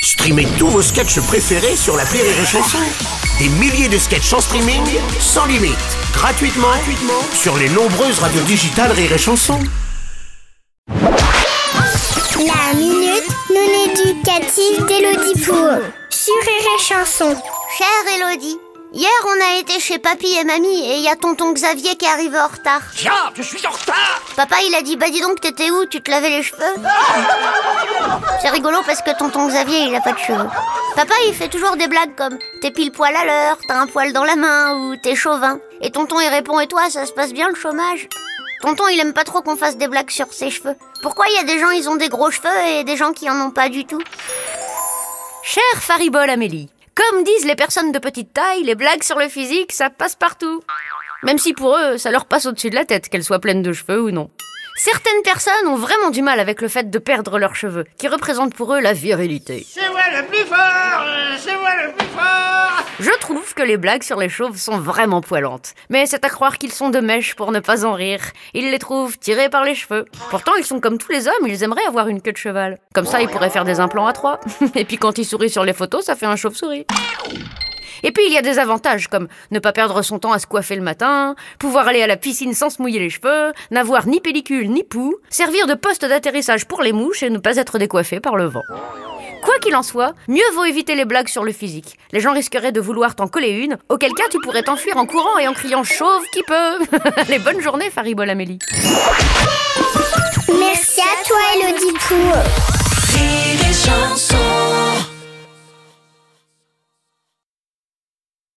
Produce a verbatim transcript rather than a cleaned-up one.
Streamez tous vos sketchs préférés sur l'appli Rire et Chanson. Des milliers de sketchs en streaming, sans limite, gratuitement, gratuitement sur les nombreuses radios digitales Rire et Chanson. La minute non éducative d'Élodie Pour sur Rire et Chanson. Chère Élodie, hier on a été chez papy et mamie et il y a tonton Xavier qui est arrivé en retard. Tiens, je suis en retard. Papa il a dit bah dis donc t'étais où, tu te lavais les cheveux? C'est rigolo parce que tonton Xavier il a pas de cheveux. Papa il fait toujours des blagues comme t'es pile poil à l'heure, t'as un poil dans la main ou t'es chauvin. Et tonton il répond et toi ça se passe bien le chômage? Tonton il aime pas trop qu'on fasse des blagues sur ses cheveux. Pourquoi il y a des gens ils ont des gros cheveux et des gens qui en ont pas du tout? Chère Faribole Amélie, comme disent les personnes de petite taille, les blagues sur le physique, ça passe partout. Même si pour eux, ça leur passe au-dessus de la tête, qu'elles soient pleines de cheveux ou non. Certaines personnes ont vraiment du mal avec le fait de perdre leurs cheveux, qui représentent pour eux la virilité. C'est moi le plus fort, c'est moi le plus fort. Je trouve que les blagues sur les chauves sont vraiment poilantes. Mais c'est à croire qu'ils sont de mèche pour ne pas en rire. Ils les trouvent tirés par les cheveux. Pourtant, ils sont comme tous les hommes, ils aimeraient avoir une queue de cheval. Comme ça, ils pourraient faire des implants à trois. Et puis quand ils sourient sur les photos, ça fait un chauve-souris. Et puis il y a des avantages comme ne pas perdre son temps à se coiffer le matin, pouvoir aller à la piscine sans se mouiller les cheveux, n'avoir ni pellicule ni poux, servir de poste d'atterrissage pour les mouches et ne pas être décoiffé par le vent. Quoi qu'il en soit, mieux vaut éviter les blagues sur le physique. Les gens risqueraient de vouloir t'en coller une, auquel cas tu pourrais t'enfuir en courant et en criant « chauve qui peut !» Allez, bonne journée Faribole Amélie. Merci à toi Élodie Pour. Rire et Chanson.